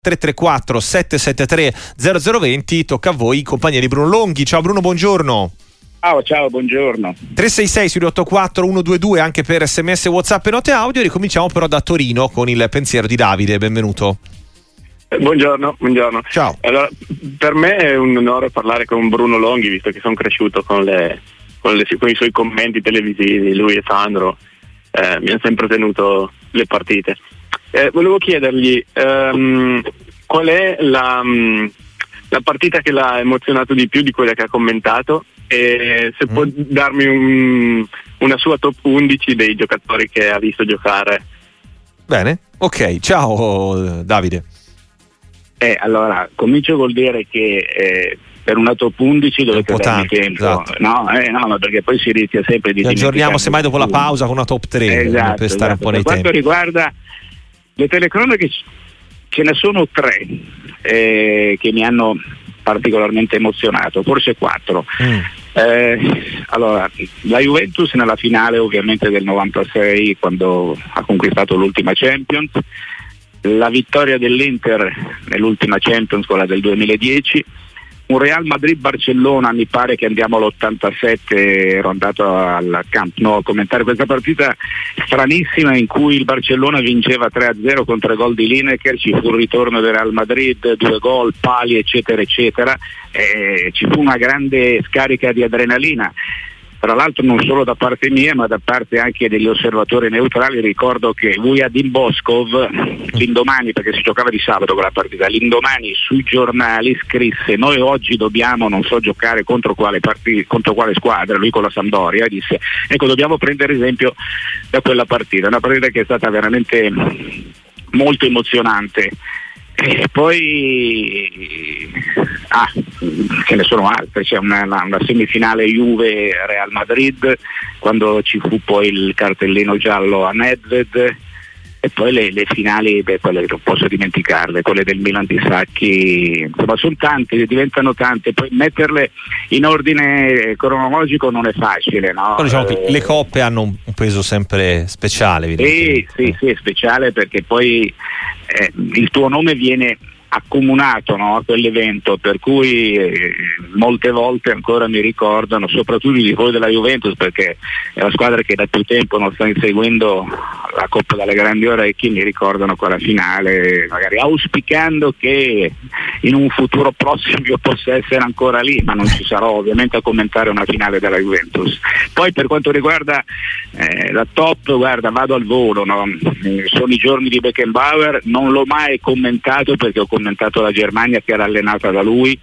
334 773 0020. Tocca a voi, compagnia di Bruno Longhi. Ciao Bruno, buongiorno. Ciao, buongiorno. 366 684 122 anche per SMS, WhatsApp e note audio. Ricominciamo però da Torino con il pensiero di Davide. Benvenuto. Buongiorno. Ciao. Allora, per me è un onore parlare con Bruno Longhi, visto che sono cresciuto con i suoi commenti televisivi. Lui e Sandro mi hanno sempre tenuto le partite. Volevo chiedergli qual è la partita che l'ha emozionato di più di quella che ha commentato, e se può darmi una sua top 11 dei giocatori che ha visto giocare. Bene, ok, ciao Davide. Allora, comincio col dire che per una top 11 dovete darmi tempo. Esatto. No, ma perché poi si rischia sempre di aggiorniamo semmai dopo la pausa con una top 3, esatto, per stare un po' nei tempi. Per quanto riguarda le telecronache, ce ne sono 3 che mi hanno particolarmente emozionato, forse 4. Allora, la Juventus nella finale ovviamente del 96, quando ha conquistato l'ultima Champions, la vittoria dell'Inter nell'ultima Champions, quella del 2010, un Real Madrid-Barcellona, mi pare che andiamo all'87, ero andato al Camp Nou a commentare questa partita stranissima in cui il Barcellona vinceva 3-0 con 3 gol di Lineker, ci fu il ritorno del Real Madrid, 2 gol, pali eccetera eccetera, ci fu una grande scarica di adrenalina. Tra l'altro non solo da parte mia ma da parte anche degli osservatori neutrali. Ricordo che Vujadin Boskov l'indomani, perché si giocava di sabato quella partita, l'indomani sui giornali scrisse: noi oggi dobbiamo non so giocare contro quale squadra, lui con la Sampdoria, e disse ecco dobbiamo prendere esempio da quella partita, una partita che è stata veramente molto emozionante. E poi ce ne sono altre, c'è una semifinale Juve-Real Madrid quando ci fu poi il cartellino giallo a Nedved, e poi le finali, quelle non posso dimenticarle, quelle del Milan di Sacchi. Insomma sono tante, diventano tante, poi metterle in ordine cronologico non è facile, no? Però diciamo che le coppe hanno un peso sempre speciale, evidentemente. Sì, è speciale perché poi il tuo nome viene accomunato, no, a quell'evento, per cui molte volte ancora mi ricordano, soprattutto i tifosi della Juventus, perché è la squadra che da più tempo non sta inseguendo la Coppa dalle grandi orecchie, mi ricordano quella finale, magari auspicando che in un futuro prossimo io possa essere ancora lì, ma non ci sarò ovviamente a commentare una finale della Juventus. Poi per quanto riguarda la top, guarda, vado al volo, no? Sono i giorni di Beckenbauer, non l'ho mai commentato perché ho commentato la Germania che era allenata da lui.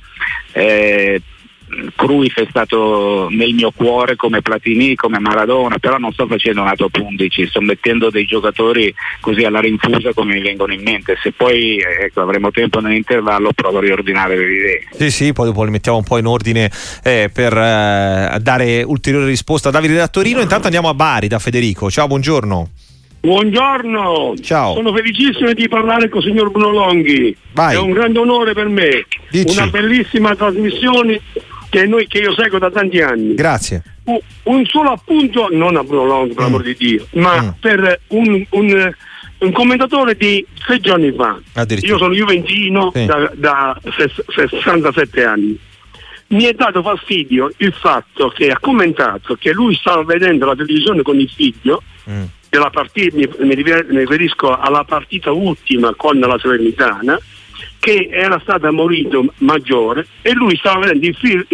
Cruyff è stato nel mio cuore come Platini, come Maradona, però non sto facendo una top 11, sto mettendo dei giocatori così alla rinfusa come mi vengono in mente. Se poi avremo tempo nell'intervallo provo a riordinare le idee. Sì, poi dopo li mettiamo un po' in ordine per dare ulteriore risposta a Davide da Torino. Intanto andiamo a Bari da Federico. Ciao, buongiorno. Buongiorno, ciao. Sono felicissimo di parlare con il signor Bruno Longhi. Vai. È un grande onore per me. Dici. Una bellissima trasmissione che io seguo da tanti anni. Grazie. Un solo appunto, non a Bruno Longhi per l'amor di Dio, ma per un commentatore di 6 giorni fa. Io sono juventino, sì, da 67 anni. Mi è dato fastidio il fatto che ha commentato che lui stava vedendo la televisione con il figlio della partita, mi riferisco alla partita ultima con la Salernitana, che era stata Morito maggiore, e lui stava vedendo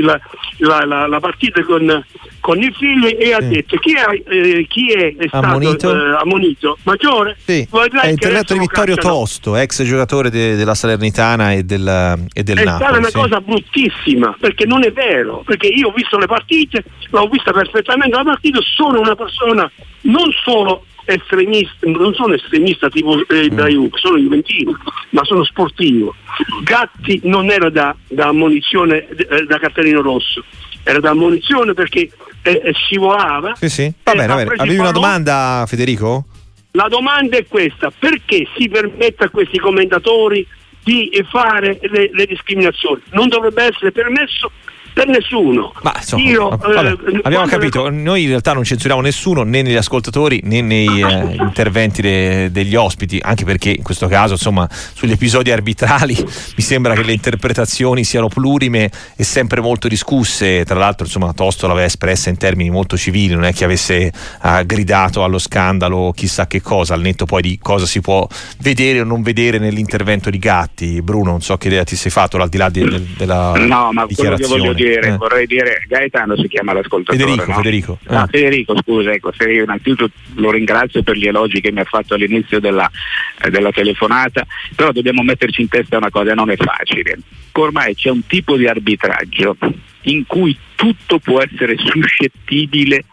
la partita con il figlio e ha detto chi è stato ammonito maggiore? Sì. È intervento di Vittorio Tosto, ex giocatore della Salernitana e del Napoli. È stata una cosa bruttissima, perché non è vero, perché io ho visto le partite, l'ho vista perfettamente la partita, sono una persona non solo estremista, non sono estremista tipo da Juve, sono juventino, ma sono sportivo. Gatti non era da ammonizione da cartellino rosso, era da ammonizione perché scivolava. Sì. Va bene. Avevi una domanda, Federico? La domanda è questa: perché si permette a questi commentatori di fare le discriminazioni? Non dovrebbe essere permesso per nessuno. Ma insomma, abbiamo capito, noi in realtà non censuriamo nessuno, né negli ascoltatori né nei interventi degli ospiti, anche perché in questo caso insomma sugli episodi arbitrali mi sembra che le interpretazioni siano plurime e sempre molto discusse. Tra l'altro insomma Tosto l'aveva espressa in termini molto civili, non è che avesse gridato allo scandalo chissà che cosa, al netto poi di cosa si può vedere o non vedere nell'intervento di Gatti. Bruno, non so che idea ti sei fatto al di là della no, ma quello che voglio dire, vorrei dire, Gaetano si chiama l'ascoltatore, Federico. Federico, scusa, ecco, io innanzitutto lo ringrazio per gli elogi che mi ha fatto all'inizio della telefonata, però dobbiamo metterci in testa una cosa, non è facile. Ormai c'è un tipo di arbitraggio in cui tutto può essere suscettibile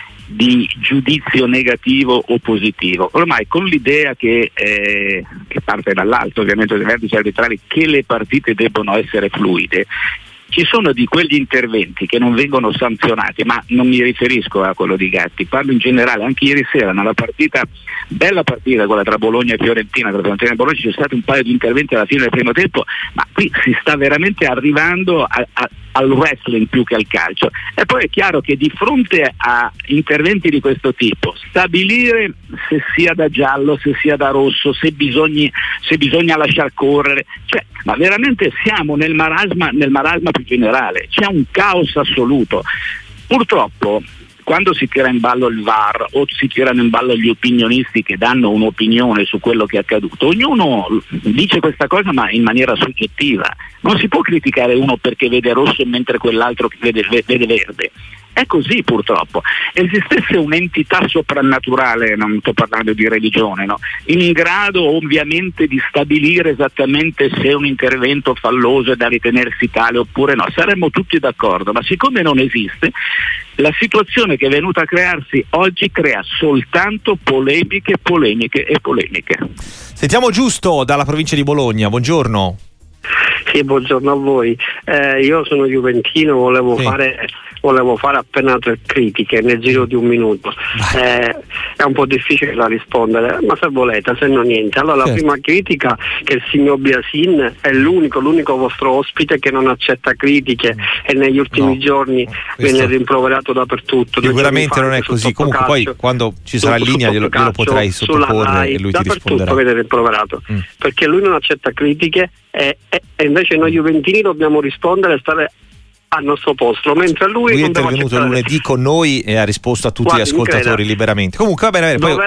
di giudizio negativo o positivo. Ormai con l'idea che parte dall'alto, ovviamente dai vertici arbitrali, che le partite debbono essere fluide, ci sono di quegli interventi che non vengono sanzionati, ma non mi riferisco a quello di Gatti, parlo in generale. Anche ieri sera nella bella partita quella tra Bologna e Fiorentina, tra Fiorentina e Bologna, ci sono stati un paio di interventi alla fine del primo tempo, ma qui si sta veramente arrivando al wrestling più che al calcio. E poi è chiaro che di fronte a interventi di questo tipo, stabilire se sia da giallo, se sia da rosso, se bisogna lasciar correre, cioè, ma veramente siamo nel marasma più generale, c'è un caos assoluto. Purtroppo quando si tira in ballo il VAR o si tirano in ballo gli opinionisti che danno un'opinione su quello che è accaduto, ognuno dice questa cosa ma in maniera soggettiva. Non si può criticare uno perché vede rosso mentre quell'altro vede verde. È così purtroppo. Esistesse un'entità soprannaturale, non sto parlando di religione, no? In grado ovviamente di stabilire esattamente se un intervento falloso è da ritenersi tale oppure no, saremmo tutti d'accordo, ma siccome non esiste, la situazione che è venuta a crearsi oggi crea soltanto polemiche. Sentiamo Giusto dalla provincia di Bologna, buongiorno. Sì, buongiorno a voi. Io sono juventino, volevo fare appena 3 critiche nel giro di un minuto. È un po' difficile da rispondere, ma se volete, se no niente. Allora, la prima critica che il signor Biasin è l'unico vostro ospite che non accetta critiche e negli ultimi giorni viene rimproverato dappertutto. Sicuramente non è così. Comunque poi quando ci sarà in linea glielo potrai sottoporre e lui ti risponderà. Dappertutto viene rimproverato perché lui non accetta critiche e invece noi juventini dobbiamo rispondere e stare al nostro posto, mentre lui è intervenuto lunedì con noi e ha risposto a tutti gli ascoltatori liberamente. Comunque va bene, dove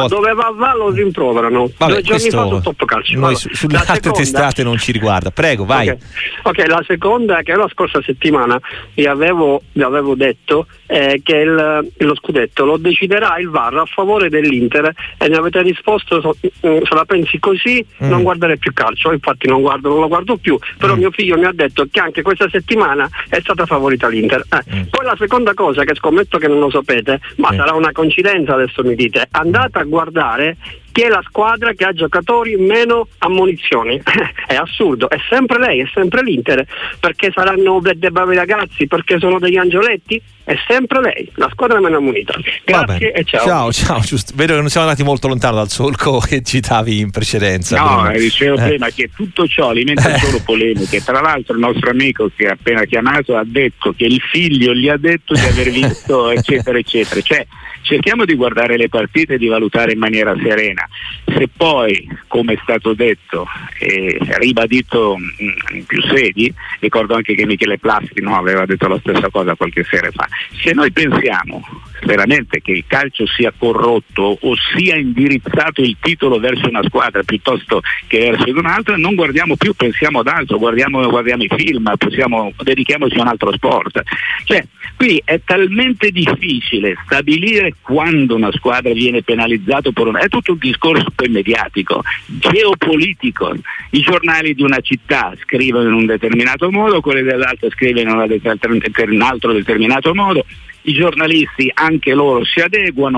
va lo rimproverano. 2 giorni fa su Top Calcio. Noi sulle altre testate non ci riguarda. Prego, vai. Ok, la seconda, che la scorsa settimana vi avevo detto che lo scudetto lo deciderà il VAR a favore dell'Inter e ne avete risposto se la pensi così non guardare più calcio. Infatti non lo guardo più, però mio figlio mi ha detto che anche questa settimana è stata favorita l'Inter. Poi la seconda cosa, che scommetto che non lo sapete, ma sarà una coincidenza, adesso mi dite, andate a guardare chi è la squadra che ha giocatori meno ammonizioni. È assurdo, è sempre lei, è sempre l'Inter, perché saranno dei bravi ragazzi, perché sono degli angioletti, è sempre lei, la squadra meno ammonita. Grazie e ciao. Ciao, giusto. Vedo che non siamo andati molto lontano dal solco che citavi in precedenza. No, dicevo prima che tutto ciò alimenta solo polemiche. Tra l'altro il nostro amico che ha appena chiamato ha detto che il figlio gli ha detto di aver visto eccetera eccetera. Cioè, cerchiamo di guardare le partite e di valutare in maniera serena. Se poi, come è stato detto e ribadito in più sedi, ricordo anche che Michele Plasti aveva detto la stessa cosa qualche sera fa, se noi pensiamo veramente che il calcio sia corrotto o sia indirizzato il titolo verso una squadra piuttosto che verso un'altra, non guardiamo più, pensiamo ad altro, guardiamo i film, dedichiamoci a un altro sport. Cioè, qui è talmente difficile stabilire quando una squadra viene penalizzata è tutto un discorso poi mediatico, geopolitico. I giornali di una città scrivono in un determinato modo, quelli dell'altra scrivono in un altro determinato modo, i giornalisti anche loro si adeguano,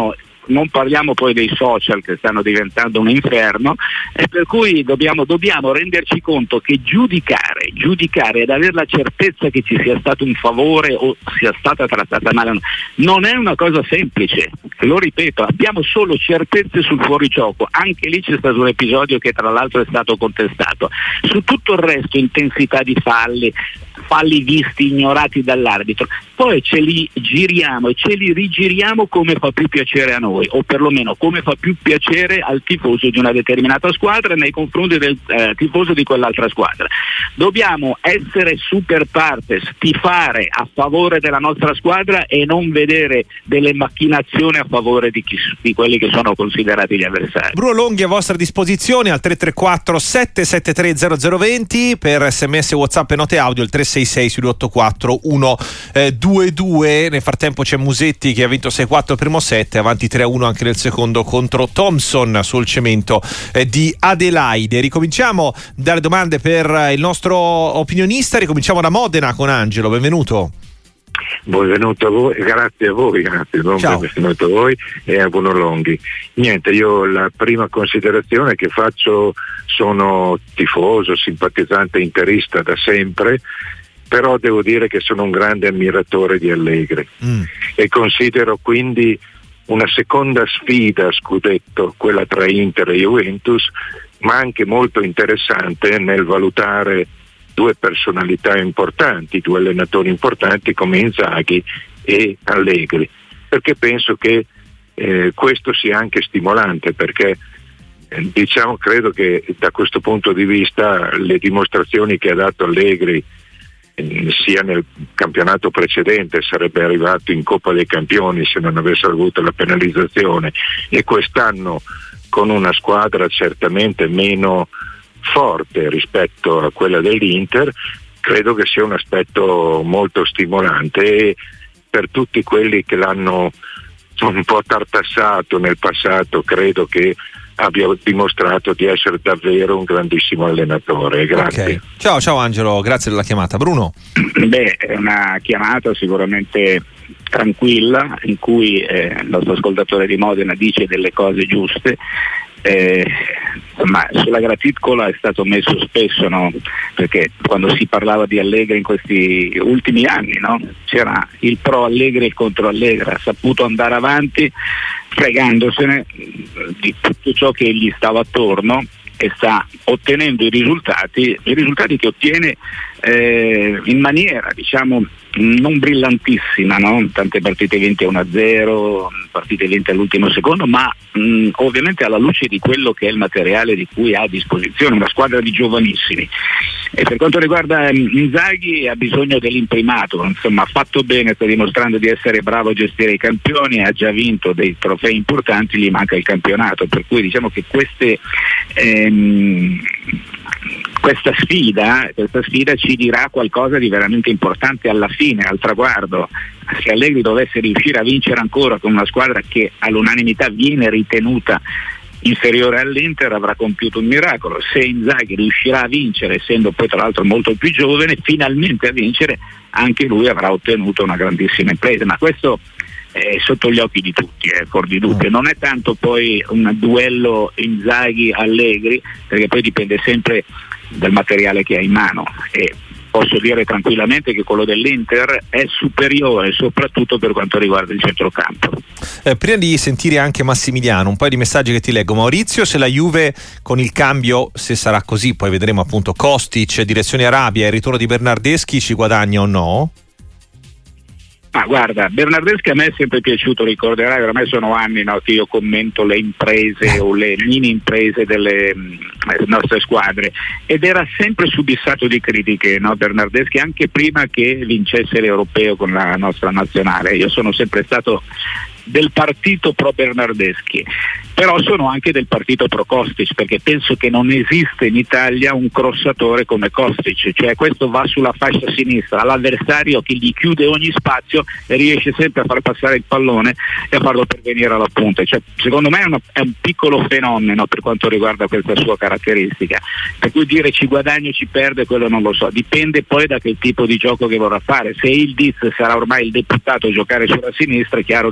non parliamo poi dei social che stanno diventando un inferno, e per cui dobbiamo renderci conto che giudicare ed avere la certezza che ci sia stato un favore o sia stata trattata male non è una cosa semplice. Lo ripeto, abbiamo solo certezze sul fuorigioco, anche lì c'è stato un episodio che tra l'altro è stato contestato. Su tutto il resto, intensità di falli visti, ignorati dall'arbitro, poi ce li giriamo e ce li rigiriamo come fa più piacere a noi, o perlomeno come fa più piacere al tifoso di una determinata squadra nei confronti del tifoso di quell'altra squadra. Dobbiamo essere super partes, tifare a favore della nostra squadra e non vedere delle macchinazioni a favore di quelli che sono considerati gli avversari. Bruno Longhi a vostra disposizione al 334 773 0020 per SMS, WhatsApp e note audio, il 366 684 122. Nel frattempo c'è Musetti che ha vinto 6-4 il primo set, avanti 3-1 anche nel secondo contro Thompson sul cemento di Adelaide. Ricominciamo dalle domande per il nostro opinionista, ricominciamo da Modena con Angelo, benvenuto. Benvenuto a voi, grazie a voi, benvenuto a voi e a Bruno Longhi. Niente, io la prima considerazione che faccio, sono tifoso, simpatizzante interista da sempre, però devo dire che sono un grande ammiratore di Allegri e considero quindi una seconda sfida a scudetto, quella tra Inter e Juventus, ma anche molto interessante nel valutare due personalità importanti, due allenatori importanti come Inzaghi e Allegri, perché penso che questo sia anche stimolante, perché credo che da questo punto di vista le dimostrazioni che ha dato Allegri sia nel campionato precedente, sarebbe arrivato in Coppa dei Campioni se non avessero avuto la penalizzazione, e quest'anno con una squadra certamente meno forte rispetto a quella dell'Inter, credo che sia un aspetto molto stimolante, e per tutti quelli che l'hanno un po' tartassato nel passato credo che abbia dimostrato di essere davvero un grandissimo allenatore. Grazie. Okay. Ciao Angelo, grazie della chiamata. Bruno? È una chiamata sicuramente tranquilla, in cui il nostro ascoltatore di Modena dice delle cose giuste. Ma sulla graticola è stato messo spesso, no? Perché quando si parlava di Allegri in questi ultimi anni, no? C'era il pro Allegri e il contro Allegri, ha saputo andare avanti fregandosene di tutto ciò che gli stava attorno, e sta ottenendo i risultati che ottiene in maniera non brillantissima, no? Tante partite vinte 1-0, partite vinte all'ultimo secondo, ma ovviamente alla luce di quello che è il materiale di cui ha a disposizione, una squadra di giovanissimi. E per quanto riguarda Inzaghi, ha bisogno dell'imprimato, insomma ha fatto bene, sta dimostrando di essere bravo a gestire i campioni, ha già vinto dei trofei importanti, gli manca il campionato, per cui diciamo che questa sfida ci dirà qualcosa di veramente importante alla fine, al traguardo. Se Allegri dovesse riuscire a vincere ancora con una squadra che all'unanimità viene ritenuta inferiore all'Inter, avrà compiuto un miracolo. Se Inzaghi riuscirà a vincere, essendo poi tra l'altro molto più giovane, finalmente a vincere, anche lui avrà ottenuto una grandissima impresa. Ma questo è sotto gli occhi di tutti, fuori di dubbio. Non è tanto poi un duello Inzaghi-Allegri, perché poi dipende sempre dal materiale che ha in mano, e posso dire tranquillamente che quello dell'Inter è superiore, soprattutto per quanto riguarda il centrocampo. Prima di sentire anche Massimiliano, un paio di messaggi che ti leggo. Maurizio, se la Juve con il cambio, se sarà così, poi vedremo appunto Kostic, direzione Arabia e il ritorno di Bernardeschi, ci guadagna o no? Guarda, Bernardeschi a me è sempre piaciuto, ricorderai, ormai sono anni, no, che io commento le imprese o le mini imprese delle nostre squadre, ed era sempre subissato di critiche, no, Bernardeschi, anche prima che vincesse l'Europeo con la nostra nazionale. Io sono sempre stato del partito pro Bernardeschi, però sono anche del partito pro Kostic, perché penso che non esiste in Italia un crossatore come Kostic, cioè questo va sulla fascia sinistra all'avversario che gli chiude ogni spazio e riesce sempre a far passare il pallone e a farlo pervenire alla punta. Cioè, secondo me è un piccolo fenomeno per quanto riguarda questa sua caratteristica, per cui dire ci guadagno o ci perde, quello non lo so, dipende poi da che tipo di gioco che vorrà fare. Se il Diz sarà ormai il deputato a giocare sulla sinistra, è chiaro che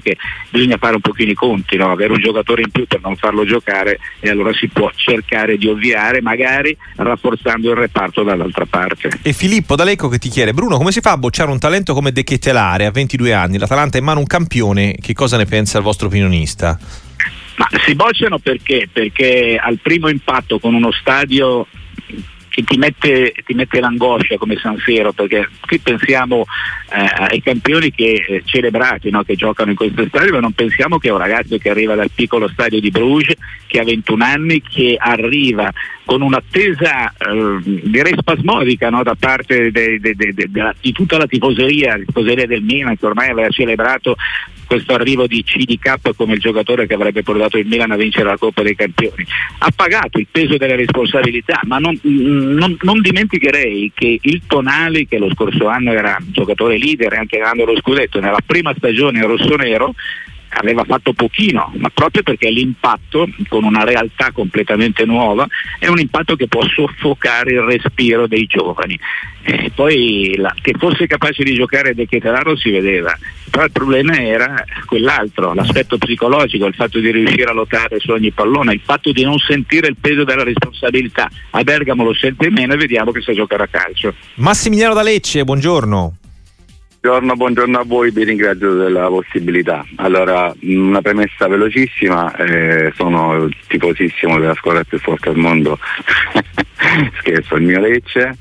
bisogna fare un pochino i conti, no? Avere un giocatore in più per non farlo giocare, e allora si può cercare di ovviare, magari rafforzando il reparto dall'altra parte. E Filippo D'Alecco che ti chiede: Bruno, come si fa a bocciare un talento come De Ketelare a 22 anni? L'Atalanta è in mano un campione, che cosa ne pensa il vostro opinionista? Ma si bocciano perché al primo impatto con uno stadio che ti mette l'angoscia come San Siro, perché qui pensiamo ai campioni che celebrati, no? Che giocano in questo stadio, ma non pensiamo che è un ragazzo che arriva dal piccolo stadio di Bruges, che ha 21 anni, che arriva con un'attesa direi spasmodica, no? Da parte di tutta la tifoseria del Milan, che ormai aveva celebrato questo arrivo di CDK come il giocatore che avrebbe portato il Milan a vincere la Coppa dei Campioni. Ha pagato il peso delle responsabilità, ma non dimenticherei che il Tonali, che lo scorso anno era un giocatore leader anche ganando lo scudetto nella prima stagione rossonero, aveva fatto pochino, ma proprio perché l'impatto con una realtà completamente nuova è un impatto che può soffocare il respiro dei giovani. Poi che fosse capace di giocare De Ketelare si vedeva, però il problema era quell'altro, l'aspetto psicologico, il fatto di riuscire a lottare su ogni pallone, il fatto di non sentire il peso della responsabilità. A Bergamo lo sente meno e vediamo che sa giocare a calcio. Massimiliano da Lecce, buongiorno. Buongiorno a voi, vi ringrazio della possibilità. Allora, una premessa velocissima, sono tifosissimo della squadra più forte al mondo, scherzo, il mio Lecce,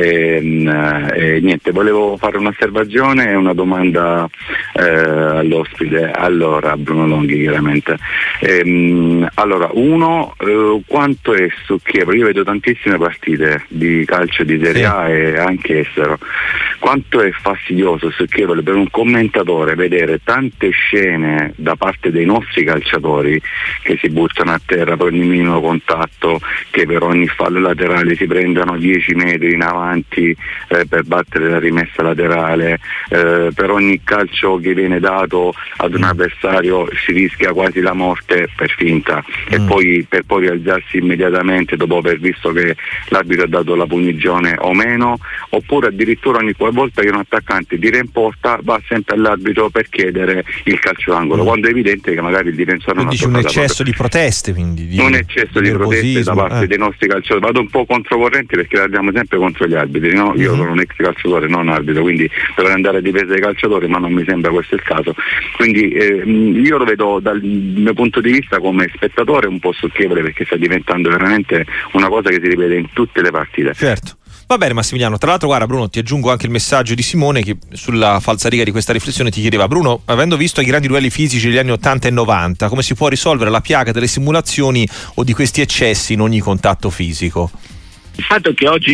niente, volevo fare un'osservazione e una domanda all'ospite, allora Bruno Longhi chiaramente. Allora, quanto è Succhevole? Io vedo tantissime partite di calcio di Serie A e anche estero, quanto è fastidioso Succhevole per un commentatore vedere tante scene da parte dei nostri calciatori che si buttano a terra per ogni minimo contatto, che per ogni fallo laterale si prendono 10 metri in avanti per battere la rimessa laterale, per ogni calcio che viene dato ad un avversario si rischia quasi la morte per finta e poi per poi rialzarsi immediatamente dopo aver visto che l'arbitro ha dato la punizione o meno, oppure addirittura ogni volta che un attaccante tira in porta va sempre all'arbitro per chiedere il calcio angolo, quando è evidente che magari il difensore non ha toccato. Un eccesso di proteste, quindi un eccesso di proteste da parte dei nostri calciatori. Vado un po' controcorrente perché la andiamo sempre contro gli arbitri, no? Io sono un ex calciatore, non arbitro, quindi dovrei andare a difesa dei calciatori, ma non mi sembra questo il caso. Quindi io lo vedo dal mio punto di vista come spettatore un po' Succhevole, perché sta diventando veramente una cosa che si ripete in tutte le partite. Certo. Va bene Massimiliano, tra l'altro guarda Bruno, ti aggiungo anche il messaggio di Simone che sulla falsariga di questa riflessione ti chiedeva: Bruno, avendo visto i grandi duelli fisici degli anni 80 e 90, come si può risolvere la piaga delle simulazioni o di questi eccessi in ogni contatto fisico? Il fatto che oggi i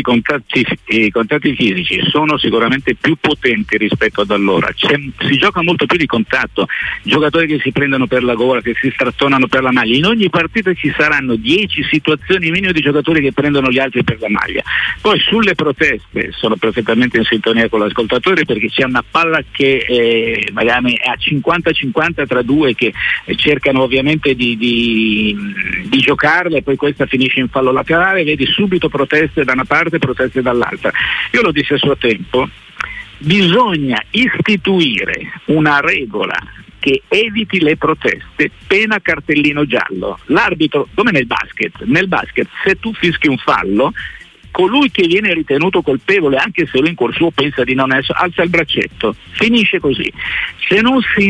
contatti fisici sono sicuramente più potenti rispetto ad allora, si gioca molto più di contatto, giocatori che si prendono per la gola, che si strattonano per la maglia, in ogni partita ci saranno 10 situazioni minime di giocatori che prendono gli altri per la maglia. Poi sulle proteste sono perfettamente in sintonia con l'ascoltatore, perché c'è una palla che magari è a 50-50 tra due che cercano ovviamente di giocarla e poi questa finisce in fallo laterale, vedi subito proteste da una parte, proteste dall'altra. Io lo dissi a suo tempo, bisogna istituire una regola che eviti le proteste, pena cartellino giallo. L'arbitro, come nel basket se tu fischi un fallo, colui che viene ritenuto colpevole, anche se lui in cuor suo pensa di non essere, alza il braccetto, finisce così. Se non si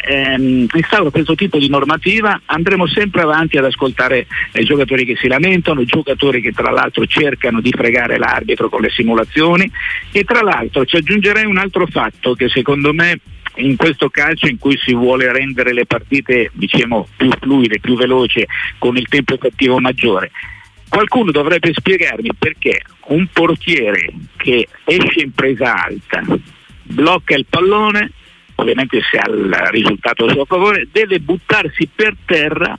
instaura questo tipo di normativa andremo sempre avanti ad ascoltare giocatori che si lamentano, giocatori che tra l'altro cercano di fregare l'arbitro con le simulazioni, e tra l'altro ci aggiungerei un altro fatto che secondo me in questo calcio in cui si vuole rendere le partite diciamo più fluide, più veloci, con il tempo effettivo maggiore, qualcuno dovrebbe spiegarmi perché un portiere che esce in presa alta, blocca il pallone, ovviamente se ha il risultato a suo favore, deve buttarsi per terra,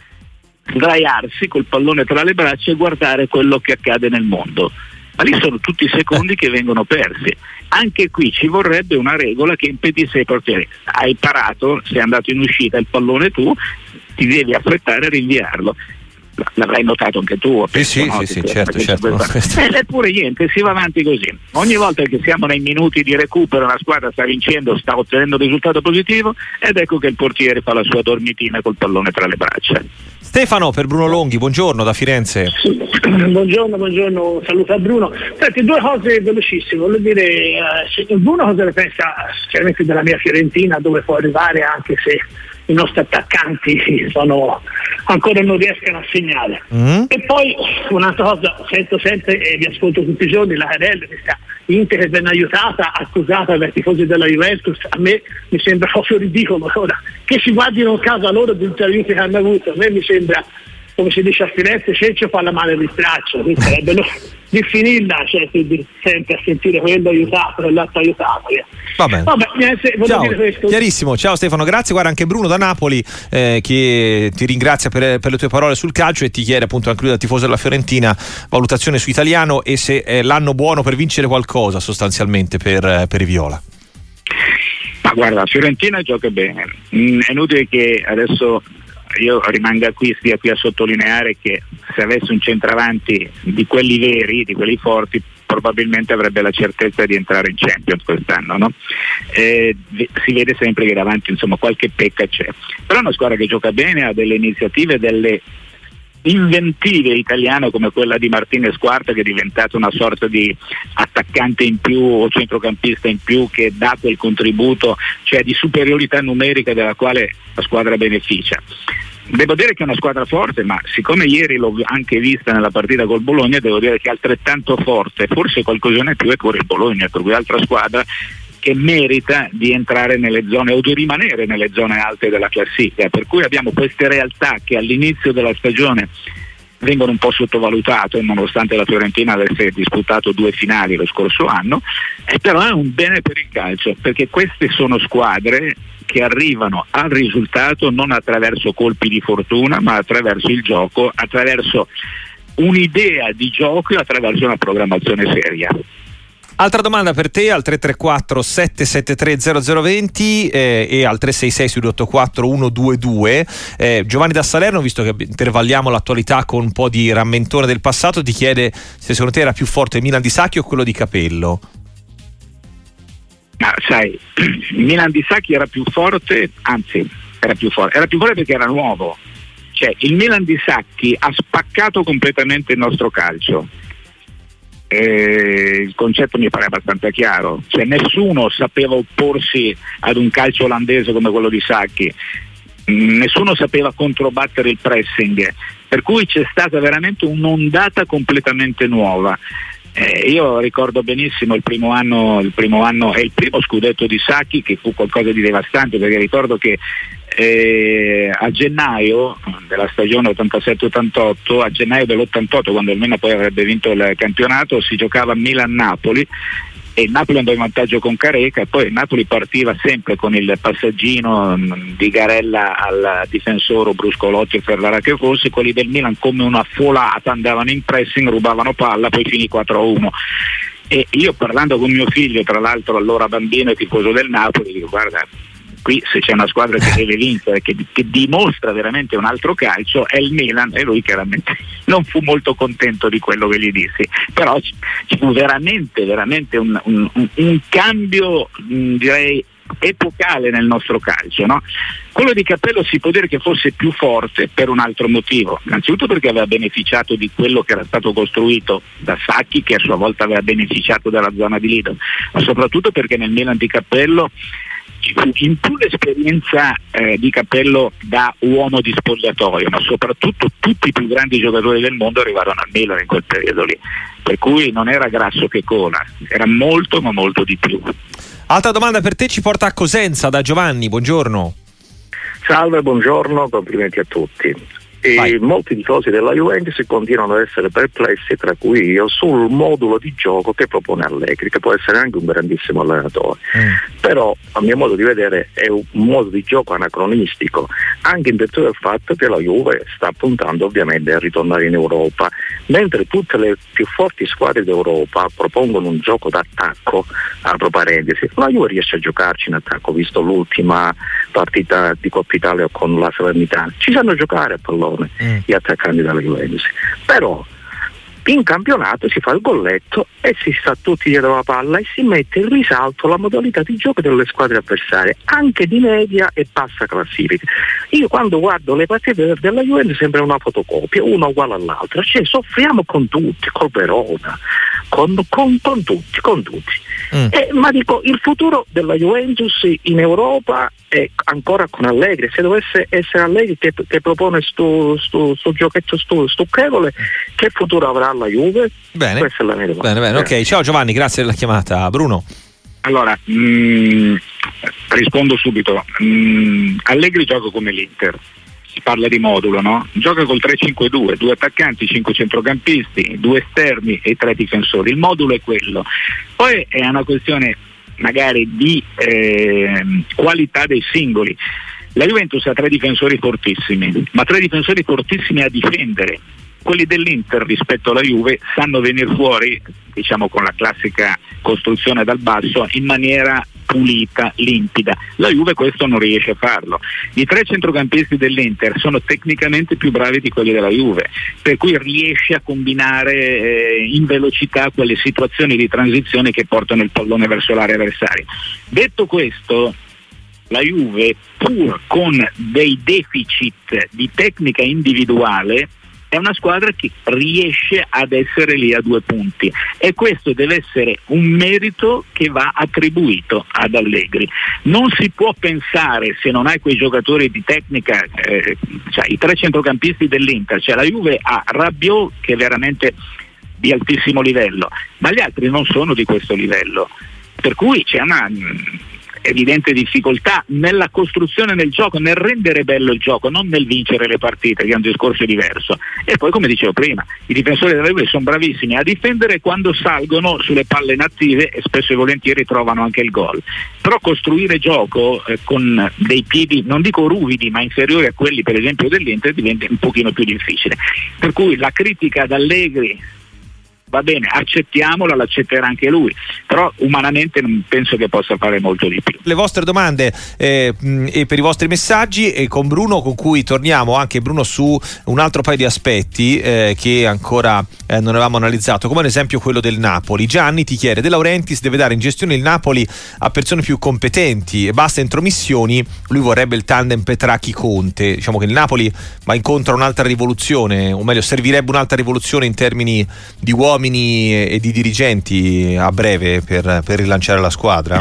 sdraiarsi col pallone tra le braccia e guardare quello che accade nel mondo. Ma lì sono tutti i secondi che vengono persi. Anche qui ci vorrebbe una regola che impedisse ai portieri: hai parato, sei andato in uscita, il pallone tu, ti devi affrettare a rinviarlo. l'avrai notato anche tu. Sì, certo. Eppure niente, si va avanti così. Ogni volta che siamo nei minuti di recupero, la squadra sta vincendo, sta ottenendo un risultato positivo, ed ecco che il portiere fa la sua dormitina col pallone tra le braccia. Stefano per Bruno Longhi, buongiorno da Firenze. Buongiorno, saluto a Bruno. Senti, due cose velocissime, voglio dire, Bruno cosa ne pensa chiaramente della mia Fiorentina, dove può arrivare, anche se i nostri attaccanti ancora non riescono a segnare. E poi un'altra cosa, sento sempre e vi ascolto tutti i giorni la querela, questa Inter che viene aiutata, accusata dai tifosi della Juventus, a me mi sembra proprio ridicolo. Ora che si guardino in casa loro di tutte le vite che hanno avuto, a me mi sembra, come si dice a Firenze, Cencio fa la mano di straccio, quindi sarebbe di finirla, cioè di sempre a sentire quello aiutato, quell'altro aiutato. Vabbè, niente, ciao, dire questo. Chiarissimo, ciao Stefano, grazie. Guarda, anche Bruno da Napoli che ti ringrazia per le tue parole sul calcio e ti chiede appunto anche lui da tifoso della Fiorentina valutazione su Italiano e se è l'anno buono per vincere qualcosa sostanzialmente per i viola. Ma guarda, Fiorentina gioca bene, è inutile che adesso io rimanga qui, stia qui a sottolineare che se avesse un centravanti di quelli veri, di quelli forti, probabilmente avrebbe la certezza di entrare in Champions quest'anno, no? Si vede sempre che davanti insomma qualche pecca c'è, però è una squadra che gioca bene, ha delle iniziative, delle inventive italiane come quella di Martinez Quarta, che è diventato una sorta di attaccante in più o centrocampista in più che dà quel contributo, cioè di superiorità numerica della quale la squadra beneficia. Devo dire che è una squadra forte, ma siccome ieri l'ho anche vista nella partita col Bologna, devo dire che è altrettanto forte, forse qualcosina più è pure il Bologna, per cui altra squadra che merita di entrare nelle zone o di rimanere nelle zone alte della classifica, per cui abbiamo queste realtà che all'inizio della stagione vengono un po' sottovalutate, nonostante la Fiorentina avesse disputato 2 finali lo scorso anno, però è un bene per il calcio, perché queste sono squadre che arrivano al risultato non attraverso colpi di fortuna, ma attraverso il gioco, attraverso un'idea di gioco e attraverso una programmazione seria. Altra domanda per te al 334 773 0020 e al 366 684 122. Giovanni da Salerno, visto che intervalliamo l'attualità con un po' di rammentone del passato, ti chiede se secondo te era più forte il Milan di Sacchi o quello di Capello. Sai, il Milan di Sacchi era più forte, anzi era più forte perché era nuovo, cioè il Milan di Sacchi ha spaccato completamente il nostro calcio. Il concetto mi pare abbastanza chiaro, cioè nessuno sapeva opporsi ad un calcio olandese come quello di Sacchi, nessuno sapeva controbattere il pressing, per cui c'è stata veramente un'ondata completamente nuova. Io ricordo benissimo il primo anno e il primo scudetto di Sacchi, che fu qualcosa di devastante, perché ricordo che a gennaio della stagione 87-88, a gennaio dell'88, quando il Milan poi avrebbe vinto il campionato, si giocava Milan-Napoli e il Napoli andò in vantaggio con Careca, e poi il Napoli partiva sempre con il passaggino di Garella al difensore Bruscolotti e Ferrara che fosse. Quelli del Milan come una folata andavano in pressing, rubavano palla, poi finì 4-1. E io, parlando con mio figlio, tra l'altro allora bambino e tifoso del Napoli, dico: guarda, qui se c'è una squadra che deve vincere, che dimostra veramente un altro calcio, è il Milan. E lui chiaramente non fu molto contento di quello che gli dissi, però ci fu veramente un cambio, direi epocale nel nostro calcio, no? Quello di Capello si può dire che fosse più forte per un altro motivo, innanzitutto perché aveva beneficiato di quello che era stato costruito da Sacchi, che a sua volta aveva beneficiato dalla zona di Lido, ma soprattutto perché nel Milan di Capello in più l'esperienza di Capello da uomo di spogliatoio, ma soprattutto tutti i più grandi giocatori del mondo arrivarono al Milan in quel periodo lì, per cui non era grasso che cola, era molto ma molto di più. Altra domanda per te ci porta a Cosenza da Giovanni, buongiorno. Salve, buongiorno, complimenti a tutti. E molti tifosi della Juventus continuano ad essere perplessi, tra cui io, sul modulo di gioco che propone Allegri, che può essere anche un grandissimo allenatore. però a mio modo di vedere è un modo di gioco anacronistico, anche in virtù del fatto che la Juve sta puntando ovviamente a ritornare in Europa, mentre tutte le più forti squadre d'Europa propongono un gioco d'attacco, apro parentesi, la Juve riesce a giocarci in attacco, visto l'ultima partita di Coppa Italia con la Salernitana, ci sanno giocare a pallone gli attaccanti della Juventus, però in campionato si fa il golletto e si sta tutti dietro la palla e si mette in risalto la modalità di gioco delle squadre avversarie, anche di media e bassa classifica. Io quando guardo le partite della Juventus sembra una fotocopia, una uguale all'altra, cioè soffriamo con tutti, col Verona, con tutti. Ma dico, il futuro della Juventus in Europa è ancora con Allegri. Se dovesse essere Allegri che propone sto giochetto stucchevole, che futuro avrà la Juve? Bene. Questa è la mia domanda. Bene. Ok, ciao Giovanni, grazie della chiamata. Bruno. Allora, rispondo subito. Allegri gioca come l'Inter. Si parla di modulo, no? Gioca col 3-5-2, 2 attaccanti, 5 centrocampisti, 2 esterni e 3 difensori. Il modulo è quello. Poi è una questione magari di qualità dei singoli. La Juventus ha 3 difensori fortissimi, ma 3 difensori fortissimi a difendere. Quelli dell'Inter rispetto alla Juve sanno venire fuori, diciamo, con la classica costruzione dal basso in maniera pulita, limpida. La Juve questo non riesce a farlo. I 3 centrocampisti dell'Inter sono tecnicamente più bravi di quelli della Juve, per cui riesce a combinare in velocità quelle situazioni di transizione che portano il pallone verso l'area avversaria. Detto questo, la Juve, pur con dei deficit di tecnica individuale, è una squadra che riesce ad essere lì a 2 punti, e questo deve essere un merito che va attribuito ad Allegri. Non si può pensare, se non hai quei giocatori di tecnica, cioè i 3 centrocampisti dell'Inter, cioè la Juve ha Rabiot che è veramente di altissimo livello, ma gli altri non sono di questo livello, per cui c'è una evidente difficoltà nella costruzione del gioco, nel rendere bello il gioco, non nel vincere le partite, che è un discorso diverso. E poi, come dicevo prima, i difensori della Juve sono bravissimi a difendere quando salgono sulle palle inattive e spesso e volentieri trovano anche il gol, però costruire gioco con dei piedi, non dico ruvidi, ma inferiori a quelli per esempio dell'Inter, diventa un pochino più difficile. Per cui la critica ad Allegri va bene, accettiamola, l'accetterà anche lui, però umanamente non penso che possa fare molto di più. Le vostre domande e per i vostri messaggi, e con Bruno, con cui torniamo anche Bruno su un altro paio di aspetti che ancora non avevamo analizzato, come ad esempio quello del Napoli. Gianni ti chiede: De Laurentiis deve dare in gestione il Napoli a persone più competenti e basta intromissioni. Lui vorrebbe il tandem Petracchi-Conte. Diciamo che il Napoli va incontro a un'altra rivoluzione, o meglio servirebbe un'altra rivoluzione in termini di uomini e di dirigenti a breve per rilanciare la squadra?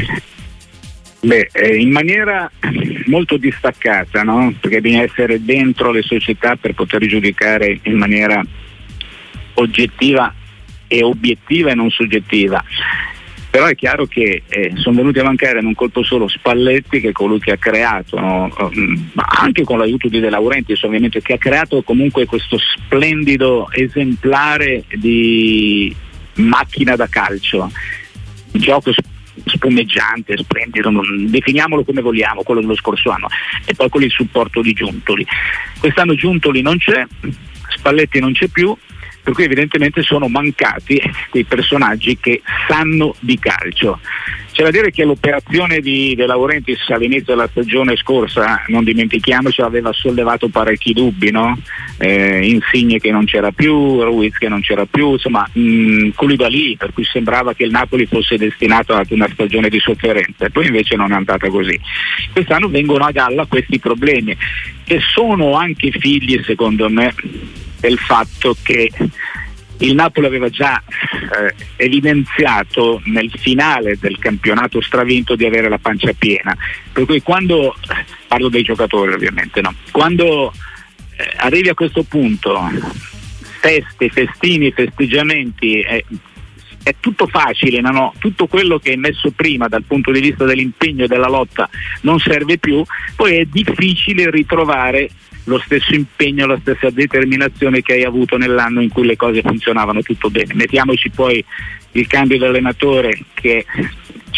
In maniera molto distaccata, no? Perché bisogna essere dentro le società per poter giudicare in maniera oggettiva e obiettiva e non soggettiva. Però è chiaro che sono venuti a mancare in un colpo solo Spalletti, che è colui che ha creato, no? Ma anche con l'aiuto di De Laurentiis ovviamente, che ha creato comunque questo splendido esemplare di macchina da calcio, gioco spumeggiante, splendido, definiamolo come vogliamo, quello dello scorso anno, e poi con il supporto di Giuntoli. Quest'anno Giuntoli non c'è, Spalletti non c'è più, per cui evidentemente sono mancati quei personaggi che sanno di calcio. C'è da dire che l'operazione di De Laurentiis all'inizio della stagione scorsa, non dimentichiamoci, aveva sollevato parecchi dubbi, no? Insigne che non c'era più, Ruiz che non c'era più, insomma Koulibaly, per cui sembrava che il Napoli fosse destinato ad una stagione di sofferenza, e poi invece non è andata così. Quest'anno vengono a galla questi problemi, che sono anche figli, secondo me, del fatto che il Napoli aveva già evidenziato nel finale del campionato stravinto di avere la pancia piena, per cui quando, parlo dei giocatori ovviamente, no? Quando arrivi a questo punto, feste, festini, festeggiamenti, è tutto facile, no? Tutto quello che è messo prima dal punto di vista dell'impegno e della lotta non serve più, poi è difficile ritrovare lo stesso impegno, la stessa determinazione che hai avuto nell'anno in cui le cose funzionavano tutto bene. Mettiamoci poi il cambio di allenatore che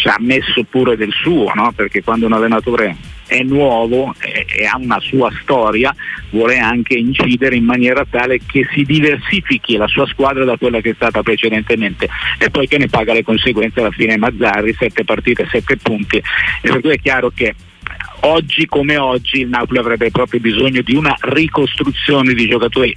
ci ha messo pure del suo, no? Perché quando un allenatore è nuovo e ha una sua storia, vuole anche incidere in maniera tale che si diversifichi la sua squadra da quella che è stata precedentemente, e poi che ne paga le conseguenze alla fine. Mazzarri, 7 partite, 7 punti, e per cui è chiaro che oggi come oggi il Napoli avrebbe proprio bisogno di una ricostruzione di giocatori,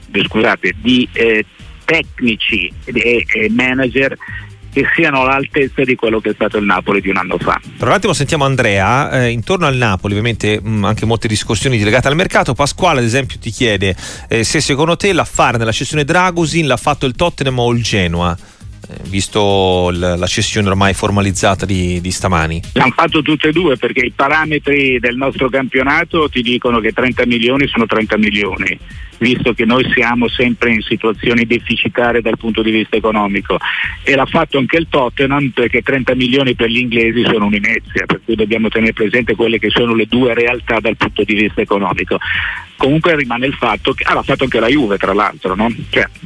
di tecnici e manager che siano all'altezza di quello che è stato il Napoli di un anno fa. Tra un attimo sentiamo Andrea. Intorno al Napoli ovviamente anche molte discussioni legate al mercato. Pasquale ad esempio ti chiede se secondo te l'affare nella cessione Dragusin l'ha fatto il Tottenham o il Genoa, visto la cessione ormai formalizzata di stamani. L'hanno fatto tutte e due, perché i parametri del nostro campionato ti dicono che 30 milioni sono 30 milioni, visto che noi siamo sempre in situazioni deficitarie dal punto di vista economico, e l'ha fatto anche il Tottenham, perché 30 milioni per gli inglesi sono un'inezia, per cui dobbiamo tenere presente quelle che sono le due realtà dal punto di vista economico. Comunque rimane il fatto che l'ha fatto anche la Juve, tra l'altro, no?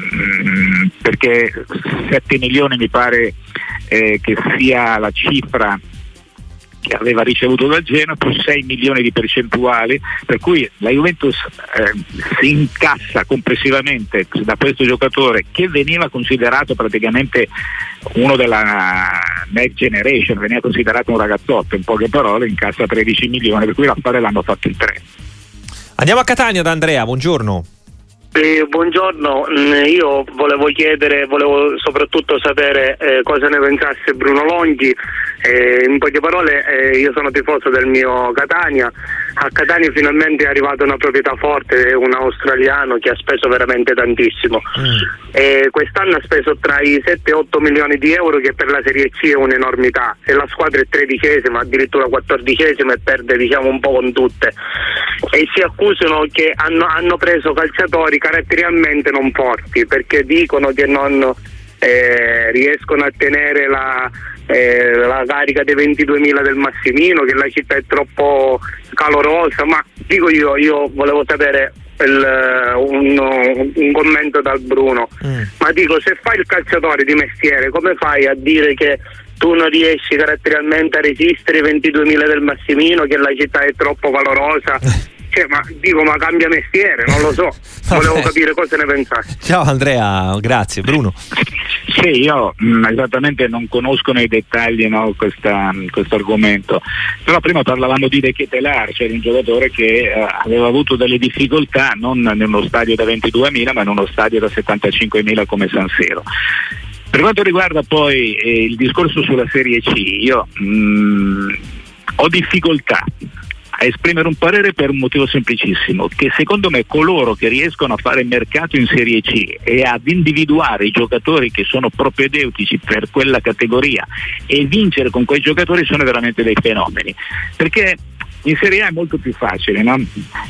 Perché 7 milioni mi pare che sia la cifra che aveva ricevuto dal Genoa, più 6 milioni di percentuali, per cui la Juventus si incassa complessivamente da questo giocatore che veniva considerato praticamente uno della next generation, veniva considerato un ragazzotto, in poche parole incassa 13 milioni, per cui l'affare l'hanno fatto in 3. Andiamo a Catania da Andrea, buongiorno. Buongiorno, io volevo soprattutto sapere cosa ne pensasse Bruno Longhi. In poche parole, io sono tifoso del mio Catania. A Catania finalmente è arrivata una proprietà forte, un australiano che ha speso veramente tantissimo. Quest'anno ha speso tra i 7 e 8 milioni di euro, che per la Serie C è un'enormità, e la squadra è 13esima, addirittura 14esima, e perde un po' con tutte. E si accusano che hanno preso calciatori caratterialmente non forti, perché dicono che non riescono a tenere la carica dei 22.000 del Massimino, che la città è troppo calorosa. Ma dico io volevo sapere un commento dal Bruno. Ma dico, se fai il calciatore di mestiere, come fai a dire che tu non riesci caratterialmente a resistere ai 22.000 del Massimino, che la città è troppo calorosa? Ma cambia mestiere, non lo so. Volevo capire cosa ne pensassi. Ciao Andrea, grazie. Bruno. Sì, io esattamente non conosco nei dettagli, no, questo argomento, però prima parlavamo di De Ketelaere, cioè di un giocatore che aveva avuto delle difficoltà non in uno stadio da 22.000 ma in uno stadio da 75.000 come San Siro. Per quanto riguarda poi il discorso sulla Serie C, io ho difficoltà a esprimere un parere per un motivo semplicissimo, che secondo me coloro che riescono a fare mercato in Serie C e ad individuare i giocatori che sono propedeutici per quella categoria e vincere con quei giocatori sono veramente dei fenomeni, perché in Serie A è molto più facile, no?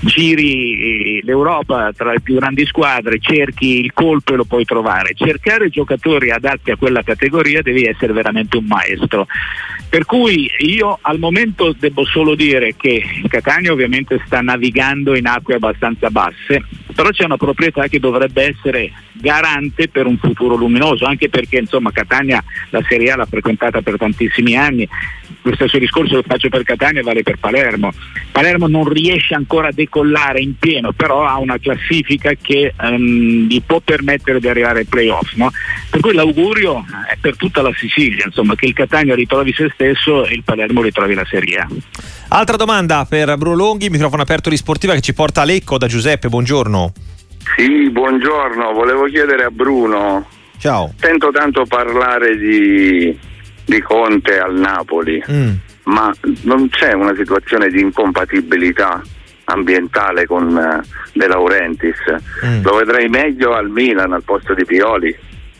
Giri l'Europa tra le più grandi squadre, cerchi il colpo e lo puoi trovare. Cercare giocatori adatti a quella categoria devi essere veramente un maestro. Per cui io al momento devo solo dire che Catania ovviamente sta navigando in acque abbastanza basse, però c'è una proprietà che dovrebbe essere garante per un futuro luminoso, anche perché insomma Catania la Serie A l'ha frequentata per tantissimi anni. Lo stesso discorso che faccio per Catania vale per Palermo. Palermo non riesce ancora a decollare in pieno, però ha una classifica che gli può permettere di arrivare ai playoff, no? Per cui l'augurio è per tutta la Sicilia, insomma, che il Catania ritrovi se stesso e il Palermo ritrovi la Serie A. Altra domanda per Bruno Longhi, microfono aperto di Sportiva, che ci porta a Lecco da Giuseppe, buongiorno. Sì, buongiorno, volevo chiedere a Bruno. Ciao. Sento tanto parlare di Conte al Napoli, ma non c'è una situazione di incompatibilità ambientale con De Laurentiis? Lo vedrei meglio al Milan al posto di Pioli.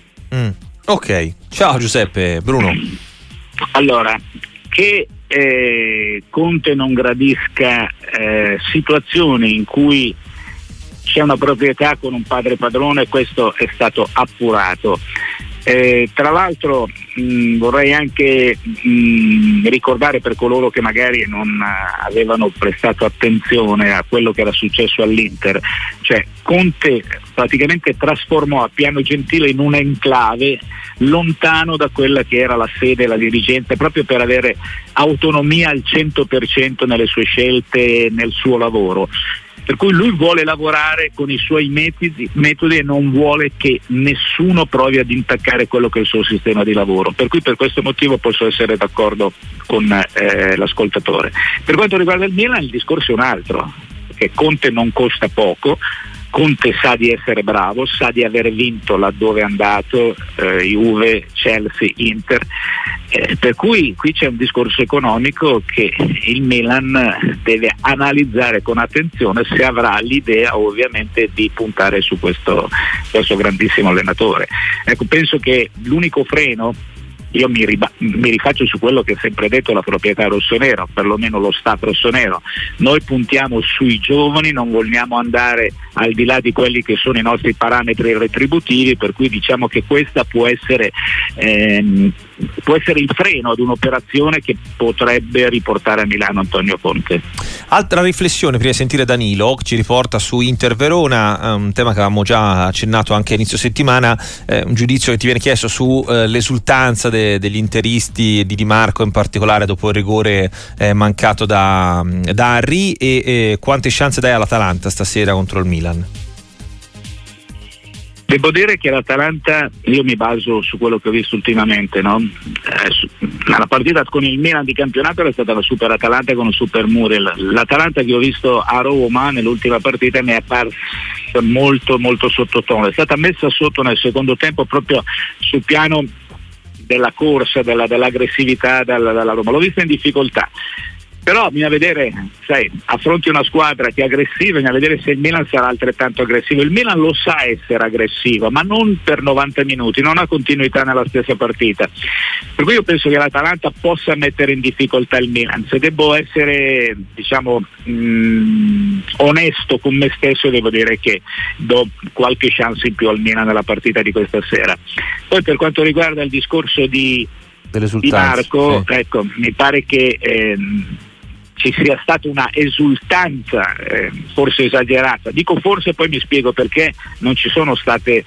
Ok, ciao Giuseppe. Bruno. Allora, che Conte non gradisca situazioni in cui c'è una proprietà con un padre padrone, questo è stato appurato. Tra l'altro vorrei anche ricordare per coloro che magari non avevano prestato attenzione a quello che era successo all'Inter, cioè Conte praticamente trasformò a Piano Gentile in una enclave lontano da quella che era la sede e la dirigenza, proprio per avere autonomia al 100% nelle sue scelte, nel suo lavoro. Per cui lui vuole lavorare con i suoi metodi e non vuole che nessuno provi ad intaccare quello che è il suo sistema di lavoro. Per cui per questo motivo posso essere d'accordo con l'ascoltatore. Per quanto riguarda il Milan, il discorso è un altro, che Conte non costa poco, Conte sa di essere bravo, sa di aver vinto laddove è andato, Juve, Chelsea, Inter, per cui qui c'è un discorso economico che il Milan deve analizzare con attenzione, se avrà l'idea ovviamente di puntare su questo grandissimo allenatore. Ecco, penso che l'unico freno, io mi rifaccio su quello che ha sempre detto la proprietà rossonera, perlomeno lo staff rossonero, noi puntiamo sui giovani, non vogliamo andare al di là di quelli che sono i nostri parametri retributivi, per cui diciamo che questa può essere il freno ad un'operazione che potrebbe riportare a Milano Antonio Conte. Altra riflessione prima di sentire Danilo, ci riporta su Inter Verona, un tema che avevamo già accennato anche a inizio settimana, un giudizio che ti viene chiesto su l'esultanza degli interisti, di Di Marco in particolare dopo il rigore mancato da Henry, e quante chance dai all'Atalanta stasera contro il Milan? Devo dire che l'Atalanta, io mi baso su quello che ho visto ultimamente, no? La partita con il Milan di campionato è stata la super Atalanta con un super Muriel. L'Atalanta che ho visto a Roma nell'ultima partita mi è apparsa molto molto sottotono, è stata messa sotto nel secondo tempo proprio sul piano della corsa, dell'aggressività dalla Roma, l'ho vista in difficoltà. Però bisogna vedere, sai, affronti una squadra che è aggressiva, bisogna vedere se il Milan sarà altrettanto aggressivo. Il Milan lo sa essere aggressivo, ma non per 90 minuti, non ha continuità nella stessa partita. Per cui io penso che l'Atalanta possa mettere in difficoltà il Milan. Se devo essere, diciamo, onesto con me stesso, devo dire che do qualche chance in più al Milan nella partita di questa sera. Poi per quanto riguarda il discorso di Marco, sì. Ecco, mi pare che ci sia stata una esultanza forse esagerata, dico forse, poi mi spiego perché non ci sono stati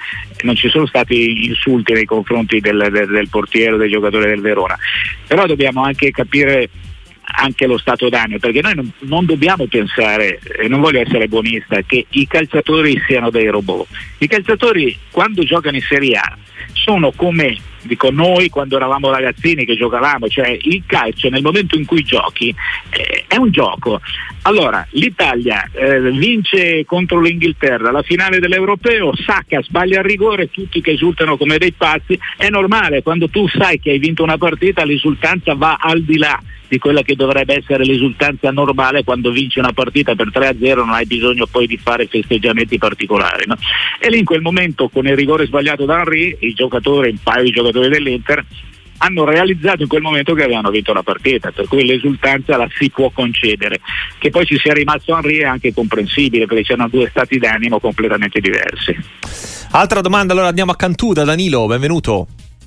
insulti nei confronti del portiere, del giocatore del Verona, però dobbiamo anche capire anche lo stato d'animo, perché noi non dobbiamo pensare, e non voglio essere buonista, che i calciatori siano dei robot. I calciatori quando giocano in Serie A sono come, dico, noi quando eravamo ragazzini che giocavamo, cioè il calcio nel momento in cui giochi è un gioco. Allora l'Italia vince contro l'Inghilterra la finale dell'Europeo, Sacca sbaglia il rigore, tutti che esultano come dei pazzi, è normale, quando tu sai che hai vinto una partita l'esultanza va al di là di quella che dovrebbe essere l'esultanza normale. Quando vinci una partita per 3-0 non hai bisogno poi di fare festeggiamenti particolari, no? E lì in quel momento, con il rigore sbagliato da Henry, un paio di giocatori dell'Inter hanno realizzato in quel momento che avevano vinto la partita, per cui l'esultanza la si può concedere. Che poi ci sia rimasto Henry è anche comprensibile, perché c'erano due stati d'animo completamente diversi. Altra domanda, allora andiamo a Cantù da Danilo, benvenuto.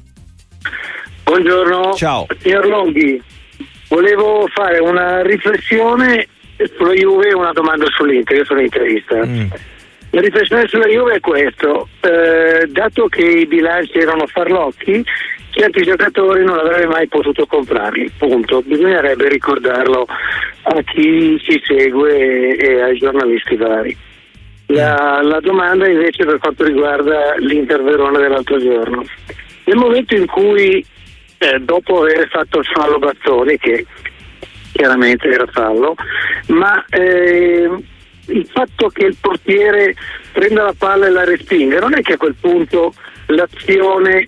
Buongiorno. Ciao. Signor Longhi, volevo fare una riflessione sulla Juve e una domanda sull'Inter, io sono interista. La riflessione sulla Juve è questo: dato che i bilanci erano farlocchi, certi giocatori non avrebbe mai potuto comprarli, punto. Bisognerebbe ricordarlo a chi ci segue e ai giornalisti vari. La domanda invece per quanto riguarda l'Inter Verona dell'altro giorno, nel momento in cui dopo aver fatto il fallo Bazzoni, che chiaramente era fallo, ma il fatto che il portiere prenda la palla e la respinga, non è che a quel punto l'azione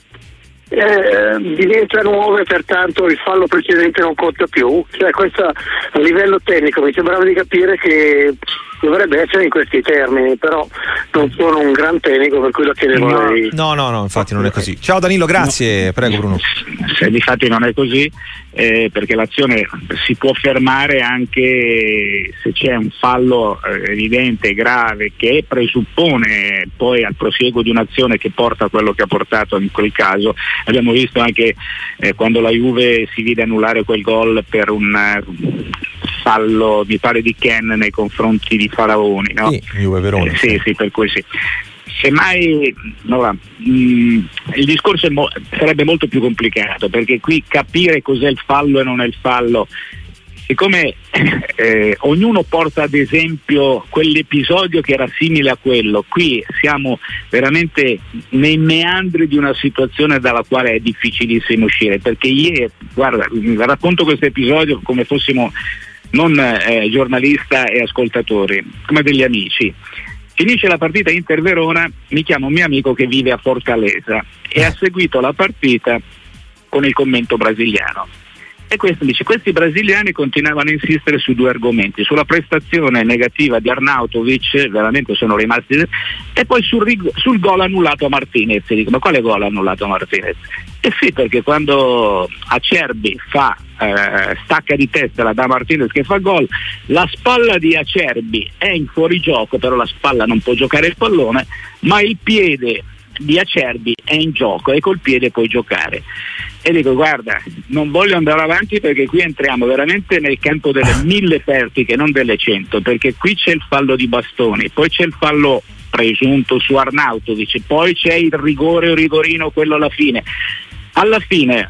diventa nuova e pertanto il fallo precedente non conta più? Cioè, questo a livello tecnico mi sembrava di capire che dovrebbe essere in questi termini, però non sono un gran tecnico, per cui lo chiedevo a lei. No, infatti non è così. Ciao Danilo, grazie. Prego Bruno. Se difatti non è così, perché l'azione si può fermare anche se c'è un fallo evidente, grave, che presuppone poi al prosieguo di un'azione che porta a quello che ha portato in quel caso. Abbiamo visto anche quando la Juve si vide annullare quel gol per un fallo, mi pare, di Ken nei confronti di Faraoni, no? Sì, Juve Verona. Sì, per cui sì. Semmai il discorso sarebbe molto più complicato, perché qui capire cos'è il fallo e non è il fallo, siccome ognuno porta ad esempio quell'episodio che era simile a quello, qui siamo veramente nei meandri di una situazione dalla quale è difficilissimo uscire, perché ieri, guarda, racconto questo episodio come fossimo non giornalista e ascoltatori, come degli amici. Finisce la partita Inter-Verona, mi chiama un mio amico che vive a Fortaleza e ha seguito la partita con il commento brasiliano. E questo dice: questi brasiliani continuavano a insistere su due argomenti, sulla prestazione negativa di Arnautovic, veramente sono rimasti, e poi sul gol annullato a Martinez. E dico: ma quale gol annullato a Martinez? E sì, perché quando Acerbi stacca di testa da Martinez che fa gol, la spalla di Acerbi è in fuorigioco, però la spalla non può giocare il pallone, ma il piede di Acerbi è in gioco e col piede puoi giocare. E dico: guarda, non voglio andare avanti, perché qui entriamo veramente nel campo delle 1000 pertiche, non delle 100, perché qui c'è il fallo di Bastoni, poi c'è il fallo presunto su Arnautovic, poi c'è il rigore o rigorino, quello alla fine. Alla fine,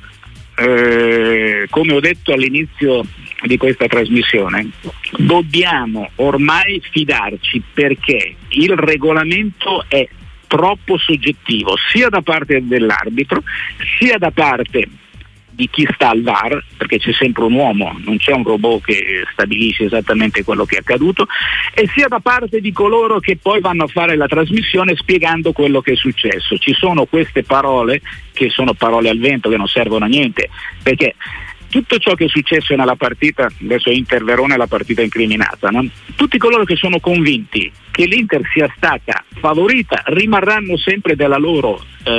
come ho detto all'inizio di questa trasmissione, dobbiamo ormai fidarci, perché il regolamento è troppo soggettivo, sia da parte dell'arbitro sia da parte di chi sta al VAR, perché c'è sempre un uomo, non c'è un robot che stabilisce esattamente quello che è accaduto, e sia da parte di coloro che poi vanno a fare la trasmissione spiegando quello che è successo. Ci sono queste parole che sono parole al vento, che non servono a niente, perché tutto ciò che è successo nella partita, adesso Inter-Verona è la partita incriminata, no? Tutti coloro che sono convinti che l'Inter sia stata favorita rimarranno sempre della loro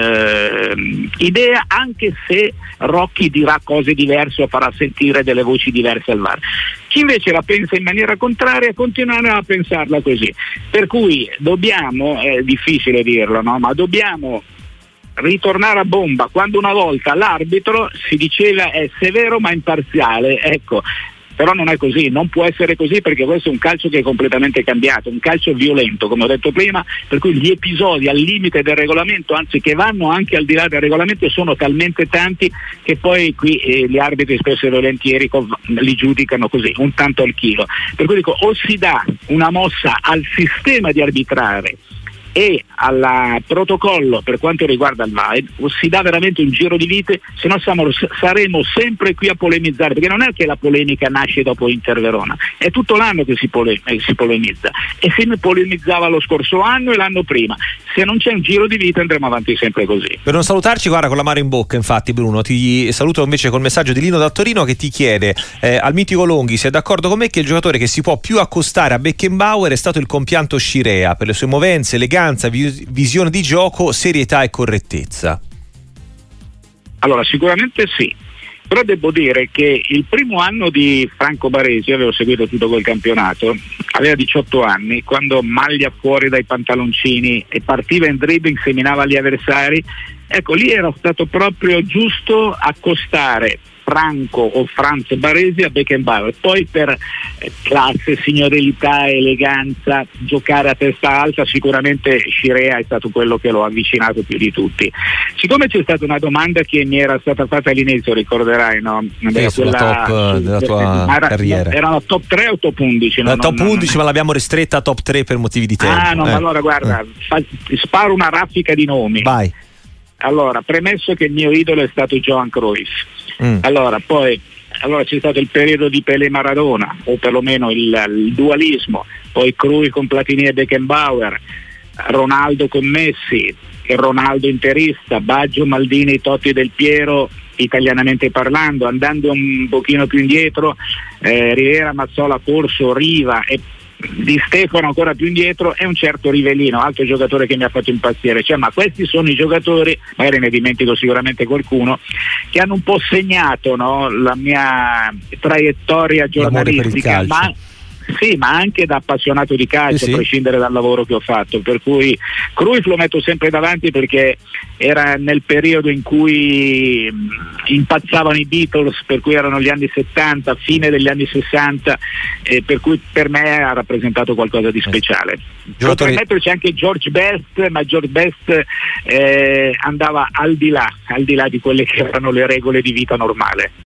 idea, anche se Rocchi dirà cose diverse o farà sentire delle voci diverse al VAR. Chi invece la pensa in maniera contraria continuerà a pensarla così. Per cui dobbiamo, è difficile dirlo, no? Ma dobbiamo ritornare a bomba, quando una volta l'arbitro si diceva è severo ma imparziale, ecco. Però non è così, non può essere così, perché questo è un calcio che è completamente cambiato, un calcio violento, come ho detto prima, per cui gli episodi al limite del regolamento, anzi che vanno anche al di là del regolamento, sono talmente tanti che poi qui gli arbitri spesso e volentieri li giudicano così, un tanto al chilo. Per cui dico, o si dà una mossa al sistema di arbitrare e al protocollo per quanto riguarda il VAR, si dà veramente un giro di vite, se no saremo sempre qui a polemizzare, perché non è che la polemica nasce dopo Inter-Verona, è tutto l'anno che si polemizza, e se ne polemizzava lo scorso anno e l'anno prima. Se non c'è un giro di vite andremo avanti sempre così. Per non salutarci, guarda, con l'amaro in bocca, infatti, Bruno, ti saluto invece col messaggio di Lino da Torino, che ti chiede al mitico Longhi se è d'accordo con me che il giocatore che si può più accostare a Beckenbauer è stato il compianto Scirea, per le sue movenze, eleganza, visione di gioco, serietà e correttezza. Allora, sicuramente sì, però devo dire che il primo anno di Franco Baresi, avevo seguito tutto quel campionato, aveva 18 anni, quando maglia fuori dai pantaloncini e partiva in dribbling, seminava gli avversari, ecco, lì era stato proprio giusto accostare Franco o Franz Baresi a Beckenbauer, poi per classe, signorilità, eleganza, giocare a testa alta, sicuramente Scirea è stato quello che lo ha avvicinato più di tutti. Siccome c'è stata una domanda che mi era stata fatta all'inizio, ricorderai, no? Sì, sulla top della tua carriera. Erano top 3 o top 11? No, top 11, ma l'abbiamo ristretta a top 3 per motivi di tempo. Ah no, ma allora guarda, sparo una raffica di nomi. Vai. Allora, premesso che il mio idolo è stato Johan Cruyff, allora c'è stato il periodo di Pelé Maradona, o perlomeno il dualismo, poi Cruyff con Platini e Beckenbauer, Ronaldo con Messi, il Ronaldo interista, Baggio, Maldini, Totti, Del Piero, italianamente parlando, andando un pochino più indietro, Rivera, Mazzola, Corso, Riva, e di Stefano ancora più indietro e un certo Rivellino, altro giocatore che mi ha fatto impazzire. Cioè, ma questi sono i giocatori, magari ne dimentico sicuramente qualcuno, che hanno un po' segnato, no, la mia traiettoria giornalistica, ma anche da appassionato di calcio, a prescindere dal lavoro che ho fatto. Per cui Cruyff lo metto sempre davanti perché era nel periodo in cui impazzavano i Beatles, per cui erano gli anni 70, fine degli anni 60, per cui per me ha rappresentato qualcosa di speciale. Potrei metterci anche George Best, ma George Best andava al di là di quelle che erano le regole di vita normale.